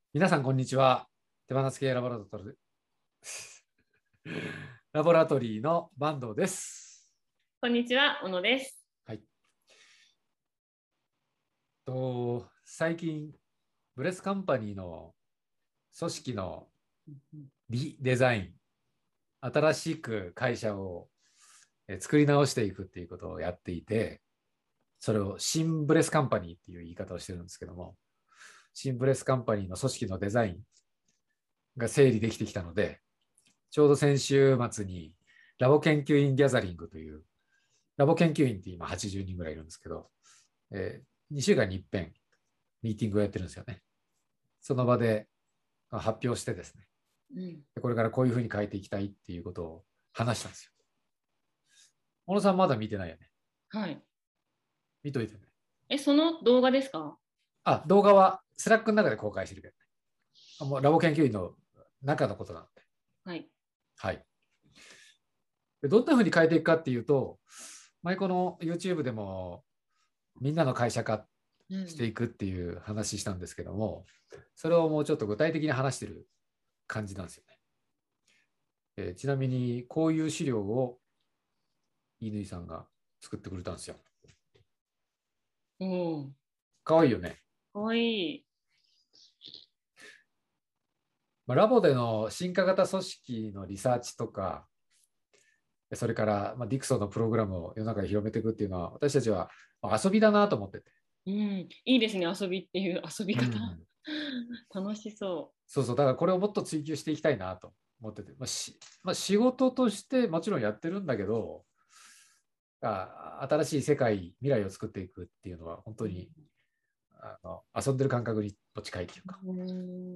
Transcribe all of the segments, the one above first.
皆さん、こんにちは。手放す系ラボラトリーラボラトリーの坂東です。 こんにちは、小野です。 はい。最近、ブレスカンパニーの組織のリデザイン、新しく会社を作り直していくっていうことをやっていて、それを新ブレスカンパニーっていう言い方をしてるんですけども、新ブレスカンパニーの組織のデザインが整理できてきたので、ちょうど先週末にラボ研究員ギャザリングというラボ研究員って今80人ぐらいいるんですけど、2週間に一遍ミーティングをやってるんですよね。その場で発表してですね、これからこういうふうに変えていきたいっていうことを話したんですよ。小野さんまだ見てないよね。 はい。 見といてね。 その動画ですか？ 動画はスラックの中で公開してるけどね。もうラボ研究員の中のことなので。 はい。 はい。どんなふうに変えていくかっていうと、前この YouTube でもみんなの会社化していくっていう話したんですけども、それをもうちょっと具体的に話してる感じなんですよね。ちなみにこういう資料を乾さんが作ってくれたんですよ。 おー、 かわいいよね。 かわいい。 ラボでの進化型組織のリサーチとか、それからディクソンのプログラムを世の中に広めていくっていうのは、私たちは遊びだなと思ってて。 うん、いいですね、遊びっていう遊び方。 うん、 楽しそそうそう、だからこれをもっと追求していきたいなと思ってて、仕事としてもちろんやってるんだけど、新しい世界、未来を作っていくっていうのは本当う。 に遊んでる感覚に近いっていうか、 うん。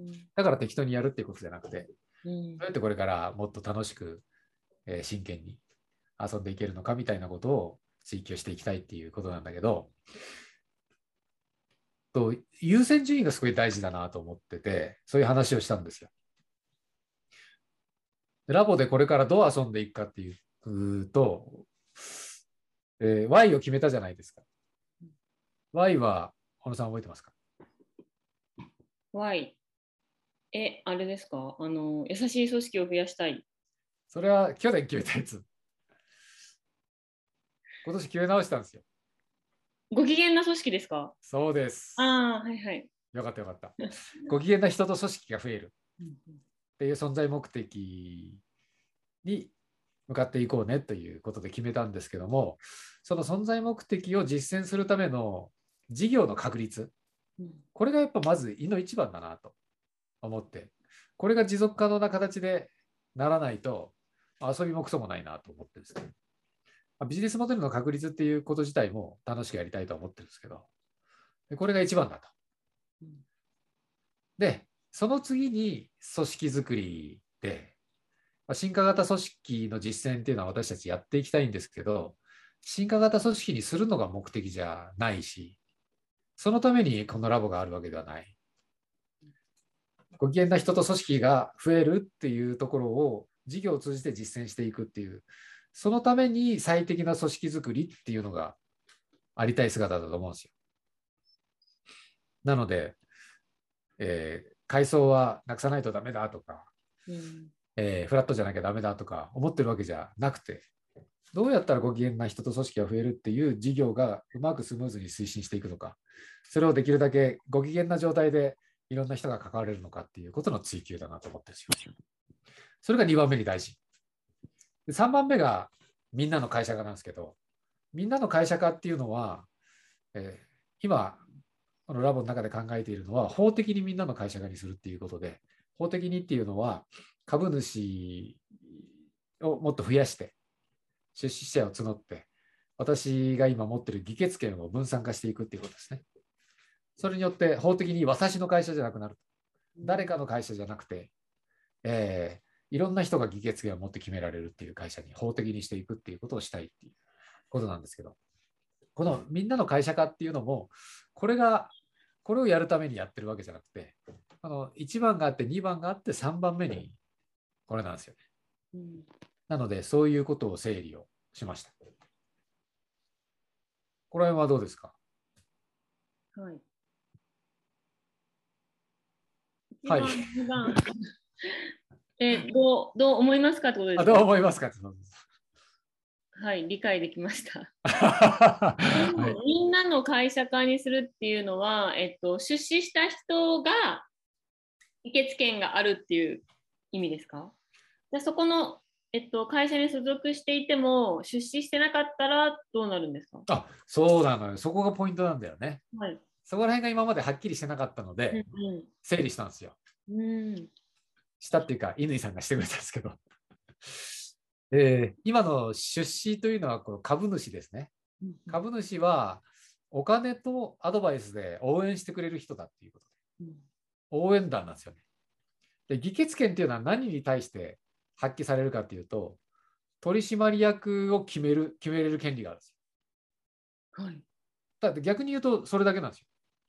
だから適当にやるっていうことじゃなくて、 うん。 どうやってこれからもっと楽しく、真剣に遊んでいけるのかみたいなことを追求していきたいっていうことなんだけど、優先順位がすごい大事だなと思ってて、そういう話をしたんですよ。ラボでこれからどう遊んでいくかっていうと、Y を決めたじゃないですか。Y は、小野さん覚えてますか？ Y。あれですか？優しい組織を増やしたい。 それは去年決めたやつ。今年決め直したんですよ。 ご機嫌な組織ですか？ そうです。 ああー、はいはい。 よかったよかった。ご機嫌な人と組織が増えるうん。 っていう存在目的に向かっていこうねということで決めたんですけども、その存在目的を実践するための事業の確立、 うん。 これがやっぱまずいの一番だなと思って、これが持続可能な形でならないと遊びもクソもないなと思ってですね。ビジネスモデルの確立っていうこと自体も楽しくやりたいと思ってるんですけど、これが一番だと。 うん。 で、その次に組織づくりで、進化型組織の実践っていうのは私たちやっていきたいんですけど、進化型組織にするのが目的じゃないし、そのためにこのラボがあるわけではない。ご機嫌な人と組織が増えるっていうところを事業を通じて実践していくっていう、そのために最適な組織づくりっていうのがありたい姿だと思うんですよ。なので、階層はなくさないとダメだとか、 うん。 フラットじゃなきゃダメだとか思ってるわけじゃなくて、どうやったらご機嫌な人と組織が増えるっていう事業がうまくスムーズに推進していくのか、それをできるだけご機嫌な状態でいろんな人が関われるのかっていうことの追求だなと思ってるんですよ。それが2番目に大事。3番目がみんなの会社化なんですけど、みんなの会社化っていうのは、今、このラボの中で考えているのは、法的にみんなの会社化にするっていうことで、法的にっていうのは、株主をもっと増やして、出資者を募って、私が今持っている議決権を分散化していくっていうことですね。それによって法的に私の会社じゃなくなる。誰かの会社じゃなくて、いろんな人が議決権を持って決められるっていう会社に法的にしていくっていうことをしたいっていうことなんですけど、このみんなの会社化っていうのも、これをやるためにやってるわけじゃなくて、1番があって2番があって3番目にこれなんですよね。 うん。 なので、そういうことを整理をしました。この辺はどうですか？ はい。 一はい。 番二番どう思いますかってことですどうか？ 思いますかって。 はい、理解できました。 はでい。 もみんなの会社化にするっていうのは、出資した人が議決権があるっていう意味ですか？じゃあそこの、会社に所属していても出資してなかったらどうなるんですか？ そうなのよ。そこがポイントなんだよね。 はい。 そこら辺が今まではっきりしてなかったのうで、 ん整理したんですよ。 うん。うん。 したっていうか、乾さんがしてくれたんですけど。今の出資というのはこの株主ですね。株主はお金とアドバイスで応援してくれる人だっていうことで、応援団なんですよね。で、議決権っていうのは何に対して発揮されるかっていうと、取締役を決めれる権利があるんですよ。 はい。 だって逆に言うとそれだけなんですよ。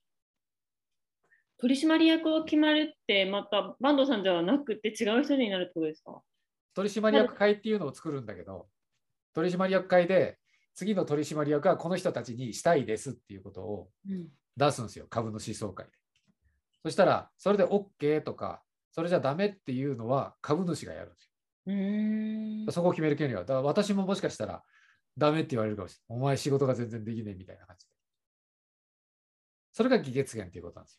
取締役を決まるって、また坂東さんじゃなくて違う人になるってことですか？ 取締役会っていうのを作るんだけど、取締役会で次の取締役はこの人たちにしたいですっていうことを出すんですよ、株主総会で。そしたら、それで OK とか、それじゃダメっていうのは株主がやるんですよ。そこを決める権利は。だから私ももしかしたらダメって言われるかもしれない。お前仕事が全然できねえみたいな感じで。それが議決権っていうことなんですよ。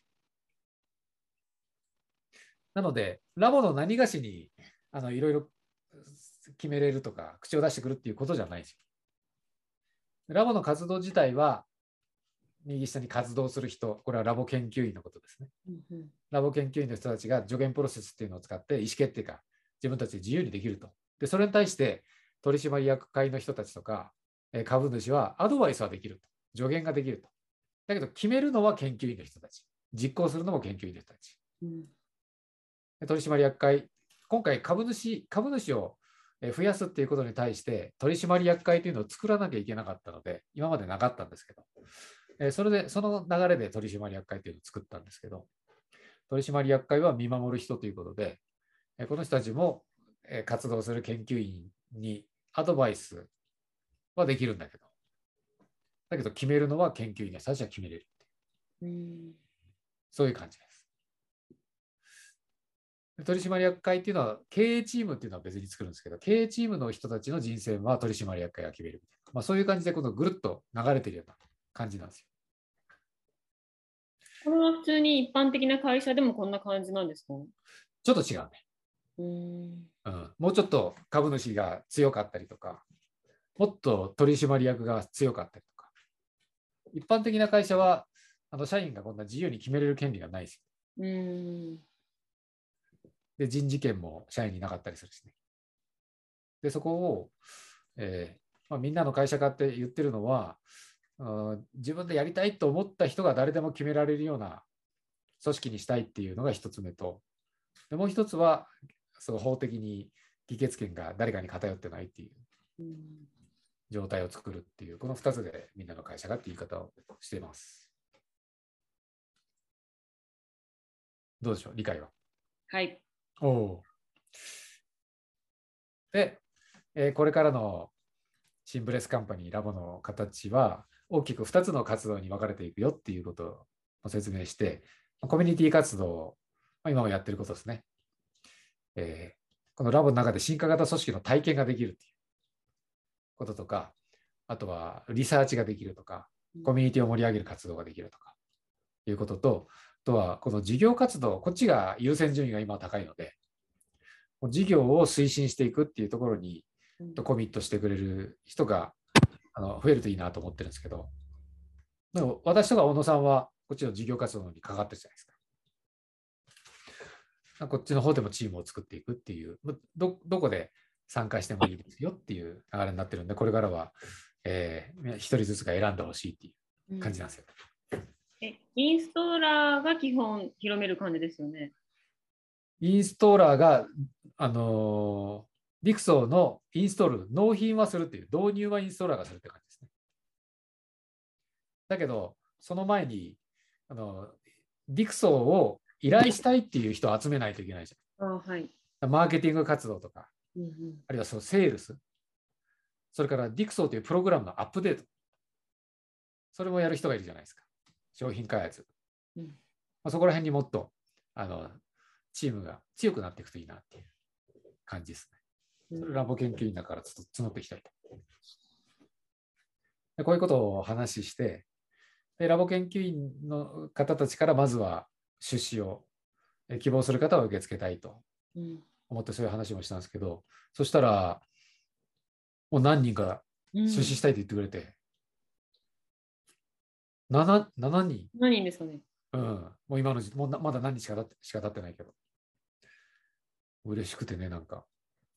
なので、ラボの何がしにいろいろ決めれるとか、口を出してくるっていうことじゃないんですよ。ラボの活動自体は、右下に活動する人、これはラボ研究員のことですね。ラボ研究員の人たちが助言プロセスっていうのを使って意思決定が自分たちで自由にできると。で、それに対して取締役会の人たちとか株主はアドバイスはできると。助言ができると。だけど決めるのは研究員の人たち。実行するのも研究員の人たち。取締役会、今回株主を増やすっていうことに対して取締役会というのを作らなきゃいけなかったので、今までなかったんですけど、その流れで取締役会というのを作ったんですけど、取締役会は見守る人ということで、この人たちも活動する研究員にアドバイスはできるんだけど、だけど決めるのは研究員の人たちは決めれる。そういう感じです。取締役会っていうのは、経営チームっていうのは別に作るんですけど、経営チームの人たちの人選は取締役会が決めるみたいな、そういう感じで、このぐるっと流れてるような感じなんですよ。 これは普通に一般的な会社でもこんな感じなんですか？ ちょっと違うね。もうちょっと株主が強かったりとか、もっと取締役が強かったりとか、一般的な会社は社員がこんな自由に決めれる権利がないですよ。で、人事権も社員になかったりするしね。で、そこを、みんなの会社化って言ってるのは、自分でやりたいと思った人が誰でも決められるような組織にしたいっていうのが一つ目と、でもう一つは、その法的に議決権が誰かに偏ってないっていう状態を作るっていう、この二つでみんなの会社がって言い方をしています。どうでしょう、理解は。 はい。 で、これからのシンブレスカンパニーラボの形は大きく2つの活動に分かれていくよっていうことを説明して、コミュニティ活動、今もやってることですね。このラボの中で進化型組織の体験ができるっていうこととか、あとはリサーチができるとか、コミュニティを盛り上げる活動ができるとかいうことと、あとはこの事業活動、こっちが優先順位が今高いので、事業を推進していくっていうところにコミットしてくれる人が増えるといいなと思ってるんですけど、でも私とか小野さんはこっちの事業活動に関わってるじゃないですか。こっちの方でもチームを作っていくっていう、どこで参加してもいいですよっていう流れになってるんで、これからは、一人ずつが選んでほしいっていう感じなんですよ。 インストーラーが基本広める感じですよね。 インストーラーが、リクソーのインストール、納品はするっていう、導入はインストーラーがするって感じですね。だけど、その前に、リクソーを依頼したいっていう人を集めないといけないじゃん。 はい、 マーケティング活動とか、あるいはそのセールス、それからディクソーというプログラムのアップデート、それもやる人がいるじゃないですか。商品開発。そこら辺にもっとチームが強くなっていくといいなっていう感じですね。ラボ研究員だからちょっと募っていきたいと。でこういうことを話して、でラボ研究員の方たちからまずは出資を希望する方は受け付けたいと思ってそういう話もしたんですけど、そしたらもう何人か出資したいと言ってくれて、7人。 何人ですかね。 もう今のもうまだ何日しか経ってないけど、嬉しくてね、なんか。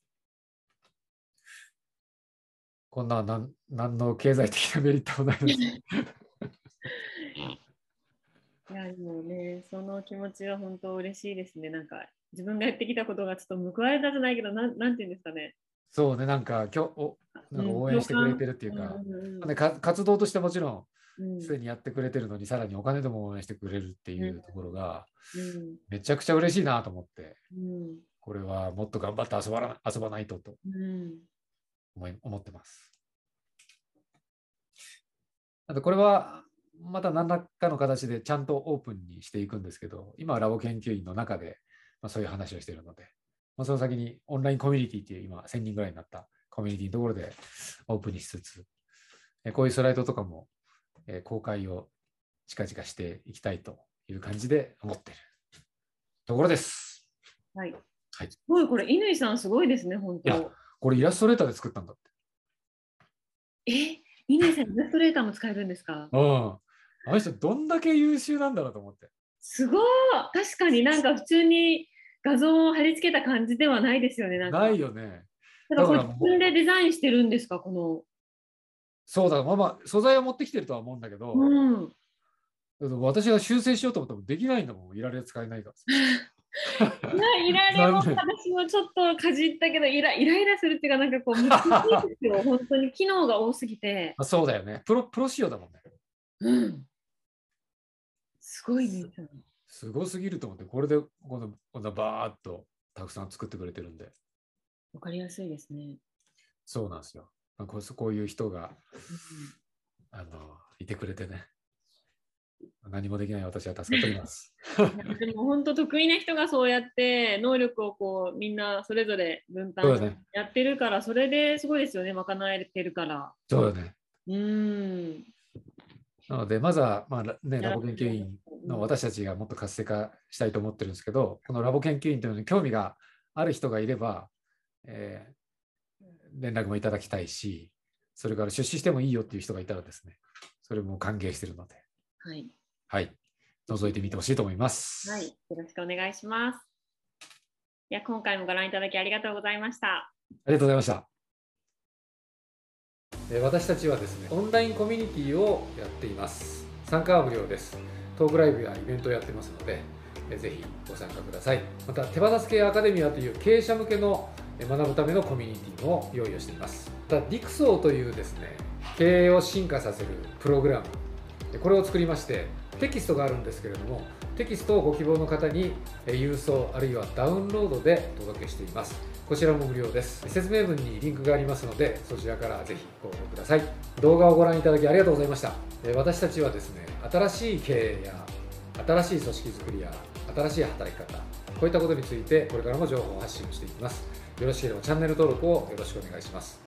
こんな何の経済的なメリットもないのに。 いや、でもね、その気持ちは本当嬉しいですね。なんか、自分がやってきたことがちょっと報われたじゃないけど、なんていうんですかね。 そうね、なんか応援してくれてるっていうか、活動としてもちろん、すでにやってくれてるのに、さらにお金でも応援してくれるっていうところが、めちゃくちゃ嬉しいなと思って、これはもっと頑張って遊ばないと思ってます。あとこれはまた何らかの形でちゃんとオープンにしていくんですけど、今はラボ研究員の中で、そういう話をしているので、その先にオンラインコミュニティっていう今1000人ぐらいになったコミュニティのところでオープンにしつつ、こういうスライドとかも公開を近々していきたいという感じで思っているところです。 はい。はい、すごい、これ、乾さんすごいですね、本当。 いや、これイラストレーターで作ったんだって。 乾さん、イラストレーターも使えるんですか？ あの人、どんだけ優秀なんだろうと思って。 すごい、確かになんか普通に画像を貼り付けた感じではないですよね。 ないよね。 だから自分でデザインしてるんですか、この。 そうだ、素材を持ってきてるとは思うんだけど、私が修正しようと思ってもできないんだもん、いられ使えないから。 いられも私もちょっとかじったけど、イライラするっていうか、なんかこう、難しいですよ、本当に機能が多すぎて。 そうだよね。プロ仕様だもんね。 すごいね。 すごすぎると思って、これでこんなバーっとたくさん作ってくれてるんで。 わかりやすいですね。 そうなんですよ。こういう人が、いてくれてね。何もできない私は助かっております。 でも本当得意な人がそうやって能力をこうみんなそれぞれ分担してやってるから、それですごいですよね、賄えてるから。 そうだね。なので、まずは、ラボ研究員の私たちがもっと活性化したいと思ってるんですけど、このラボ研究員というのに興味がある人がいれば、連絡もいただきたいし、それから出資してもいいよっていう人がいたらですね、それも歓迎しているので、はい、覗いてみてほしいと思います。 はい、よろしくお願いします。いや、今回もご覧いただきありがとうございました。 ありがとうございました。私たちはですね、オンラインコミュニティをやっています。参加は無料です。トークライブやイベントをやってますので、ぜひご参加ください。また、手放す系アカデミアという経営者向けの学ぶためのコミュニティも用意をしています。また、ディクソーというですね、経営を進化させるプログラム、これを作りまして、テキストがあるんですけれども、テキストをご希望の方に郵送あるいはダウンロードでお届けしています。こちらも無料です。説明文にリンクがありますので、そちらからぜひご応募ください。動画をご覧いただきありがとうございました。私たちはですね、新しい経営や新しい組織づくりや新しい働き方、こういったことについてこれからも情報を発信していきます。よろしければチャンネル登録をよろしくお願いします。